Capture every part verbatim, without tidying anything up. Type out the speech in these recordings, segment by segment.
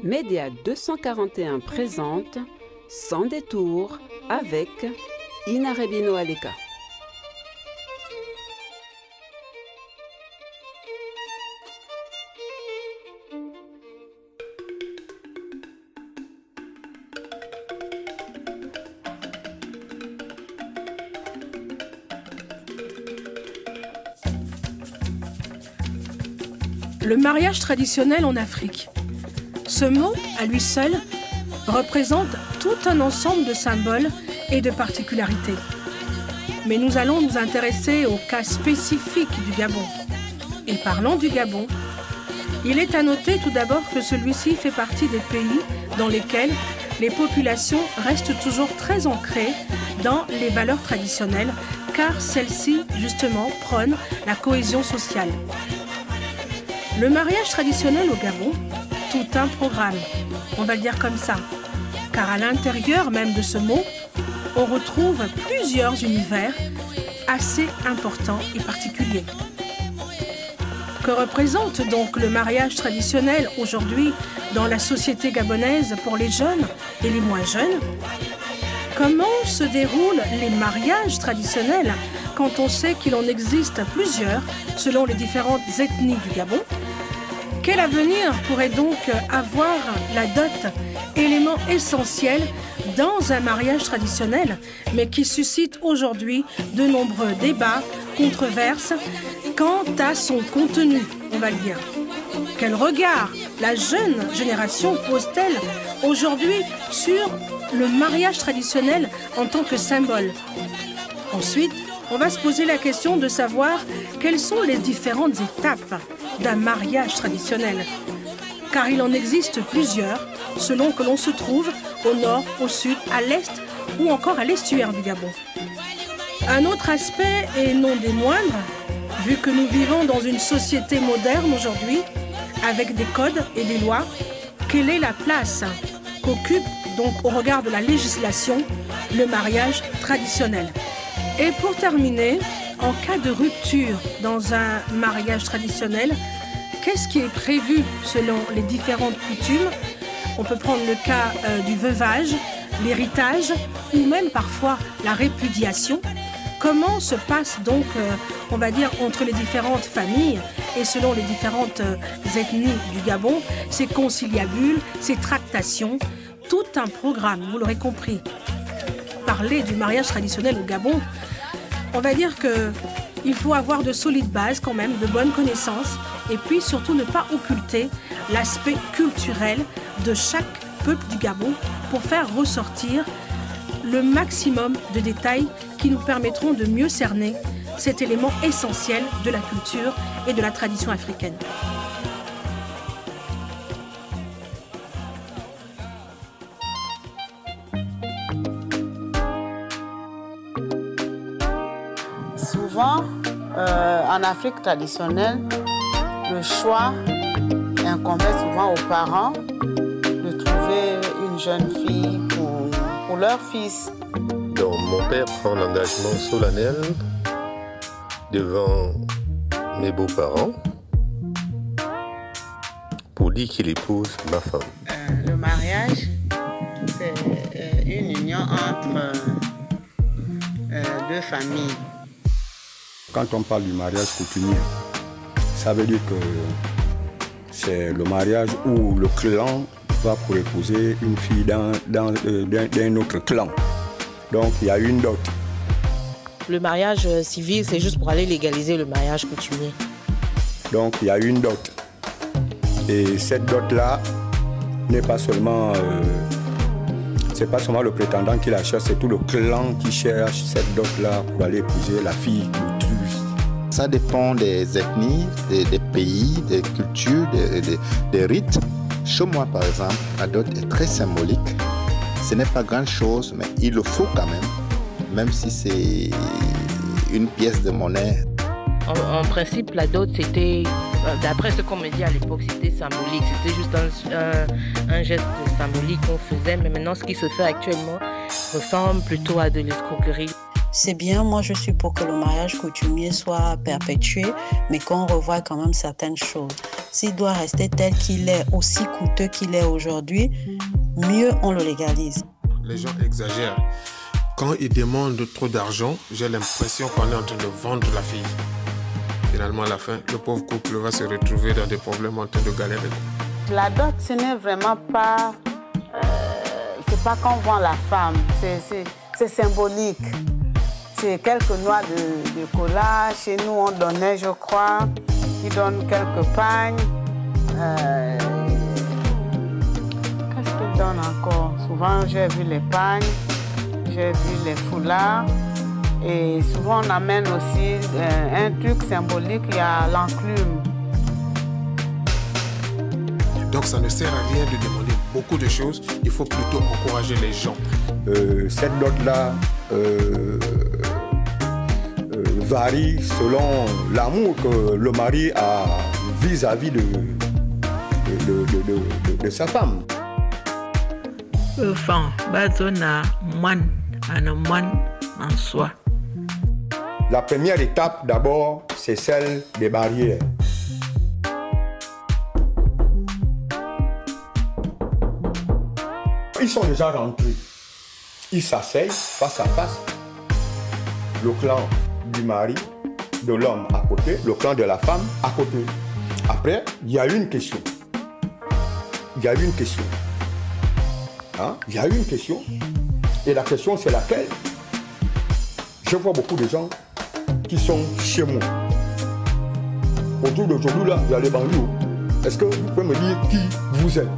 Média deux cent quarante et un présente Sans détour avec Inarebino Aleka. Le mariage traditionnel en Afrique. Ce mot, à lui seul, représente tout un ensemble de symboles et de particularités. Mais nous allons nous intéresser au cas spécifique du Gabon. Et parlant du Gabon, il est à noter tout d'abord que celui-ci fait partie des pays dans lesquels les populations restent toujours très ancrées dans les valeurs traditionnelles, car celles-ci, justement, prônent la cohésion sociale. Le mariage traditionnel au Gabon, tout un programme, on va le dire comme ça, car à l'intérieur même de ce mot, on retrouve plusieurs univers assez importants et particuliers. Que représente donc le mariage traditionnel aujourd'hui dans la société gabonaise pour les jeunes et les moins jeunes? Comment se déroulent les mariages traditionnels quand on sait qu'il en existe plusieurs selon les différentes ethnies du Gabon? Quel avenir pourrait donc avoir la dot, élément essentiel dans un mariage traditionnel, mais qui suscite aujourd'hui de nombreux débats, controverses, quant à son contenu, on va le dire. Quel regard la jeune génération pose-t-elle aujourd'hui sur le mariage traditionnel en tant que symbole? Ensuite, on va se poser la question de savoir quelles sont les différentes étapes d'un mariage traditionnel. Car il en existe plusieurs, selon que l'on se trouve au nord, au sud, à l'est ou encore à l'estuaire du Gabon. Un autre aspect, et non des moindres, vu que nous vivons dans une société moderne aujourd'hui, avec des codes et des lois, quelle est la place qu'occupe donc au regard de la législation le mariage traditionnel? Et pour terminer, en cas de rupture dans un mariage traditionnel, qu'est-ce qui est prévu selon les différentes coutumes? On peut prendre le cas euh, du veuvage, l'héritage ou même parfois la répudiation. Comment se passe donc, euh, on va dire, entre les différentes familles et selon les différentes euh, ethnies du Gabon, ces conciliabules, ces tractations, tout un programme, vous l'aurez compris. Parler du mariage traditionnel au Gabon, on va dire qu'il faut avoir de solides bases quand même, de bonnes connaissances, et puis surtout ne pas occulter l'aspect culturel de chaque peuple du Gabon pour faire ressortir le maximum de détails qui nous permettront de mieux cerner cet élément essentiel de la culture et de la tradition africaine. Souvent, euh, en Afrique traditionnelle, le choix incombait souvent aux parents de trouver une jeune fille pour, pour leur fils. Donc mon père prend l'engagement solennel devant mes beaux-parents pour dire qu'il épouse ma femme. Euh, le mariage, c'est euh, une union entre euh, deux familles. Quand on parle du mariage coutumier, ça veut dire que c'est le mariage où le clan va pour épouser une fille d'un, d'un, euh, d'un, d'un autre clan. Donc il y a une dot. Le mariage civil, c'est juste pour aller légaliser le mariage coutumier. Donc il y a une dot. Et cette dot-là n'est pas seulement... Euh, c'est pas seulement le prétendant qui la cherche, c'est tout le clan qui cherche cette dot-là pour aller épouser la fille d'autrui. Ça dépend des ethnies, des, des pays, des cultures, des, des, des rites. Chez moi, par exemple, la dot est très symbolique. Ce n'est pas grand-chose, mais il le faut quand même, même si c'est une pièce de monnaie. En, en principe, la dot, c'était, d'après ce qu'on me dit à l'époque, c'était symbolique. C'était juste un, un, un geste symbolique qu'on faisait. Mais maintenant, ce qui se fait actuellement ressemble plutôt à de l'escroquerie. C'est bien, moi je suis pour que le mariage coutumier soit perpétué, mais qu'on revoie quand même certaines choses. s'il doit rester tel qu'il est, aussi coûteux qu'il est aujourd'hui, mieux on le légalise. Les gens exagèrent. Quand ils demandent trop d'argent, j'ai l'impression qu'on est en train de vendre la fille. Finalement, à la fin, le pauvre couple va se retrouver dans des problèmes en train de galérer. La dot, ce n'est vraiment pas... Euh, c'est pas qu'on vend la femme, c'est symbolique. C'est quelques noix de, de cola. Chez nous, on donnait, je crois, ils donnent quelques pagnes. Euh, Qu'est-ce qu'ils donnent encore? Souvent, j'ai vu les pagnes, j'ai vu les foulards. Et souvent, on amène aussi euh, un truc symbolique, il y a l'enclume. Donc, ça ne sert à rien de demander beaucoup de choses. Il faut plutôt encourager les gens. Euh, cette dot-là euh, euh, varie selon l'amour que le mari a vis-à-vis de, de, de, de, de, de sa femme. Enfin, bazona moine, un moine en soi. La première étape, d'abord, c'est celle des barrières. Ils sont déjà rentrés. Ils s'asseyent face à face. Le clan du mari, de l'homme à côté, le clan de la femme à côté. Après, il y a une question. Il y a une question. Hein? Il y a une question. Et la question, c'est laquelle? Je vois beaucoup de gens qui sont chez moi. Autour d'aujourd'hui, là, il y a les banlieues. Est-ce que vous pouvez me dire qui vous êtes?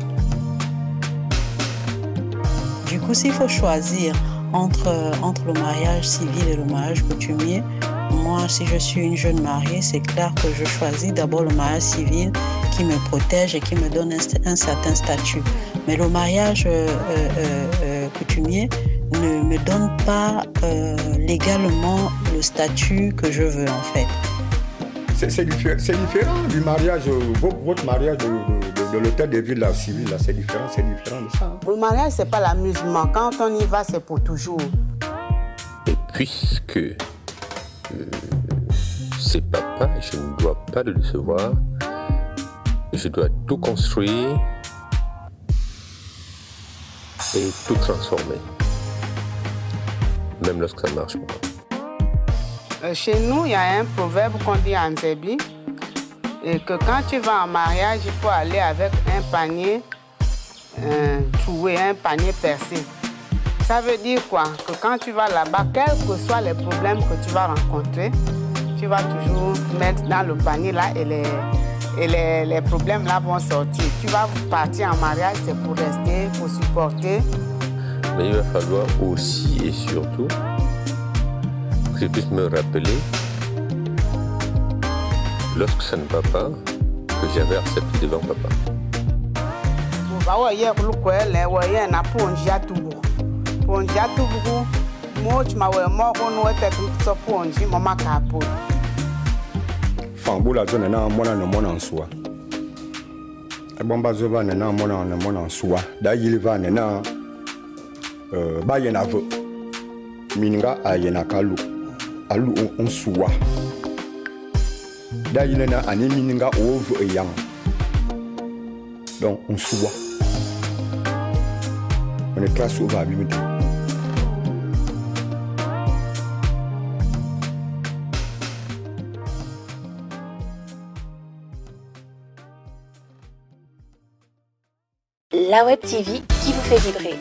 Du coup, s'il faut choisir entre, entre le mariage civil et le mariage coutumier, moi, si je suis une jeune mariée, c'est clair que je choisis d'abord le mariage civil qui me protège et qui me donne un, un certain statut. Mais le mariage euh, euh, euh, coutumier ne me donne pas euh, légalement le statut que je veux, en fait. C'est diffé différent du mariage, votre mariage de, de, de, de l'hôtel de ville civil, c'est différent, c'est différent de ça. Le mariage, c'est pas l'amusement. Quand on y va, c'est pour toujours. Et puisque euh, c'est papa, je ne dois pas le décevoir, je dois tout construire et tout transformer, même lorsque ça ne marche pas. Chez nous, il y a un proverbe qu'on dit en Zébi, et que quand tu vas en mariage, il faut aller avec un panier euh, troué, un panier percé. Ça veut dire quoi? Que quand tu vas là-bas, quels que soient les problèmes que tu vas rencontrer, tu vas toujours mettre dans le panier là et les, et les, les problèmes là vont sortir. Tu vas partir en mariage, c'est pour rester, pour supporter. Mais il va falloir aussi et surtout que je puisse me rappeler, lorsque ça ne va pas, que j'avais accepté devant papa. Famboula zone na mona na mona en soi. Bomba zova na mona na mona en soi. Da yilva na euh ba yena vo. Mininga ayena kalu. Alu on soi. Da yina ani mininga ovo e yang. Donc on soi. On est classe au va bimité. La Web T V qui vous fait vibrer.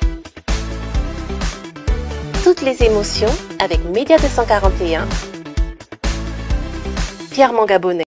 Toutes les émotions avec Média deux cent quarante et un. Fièrement gabonais.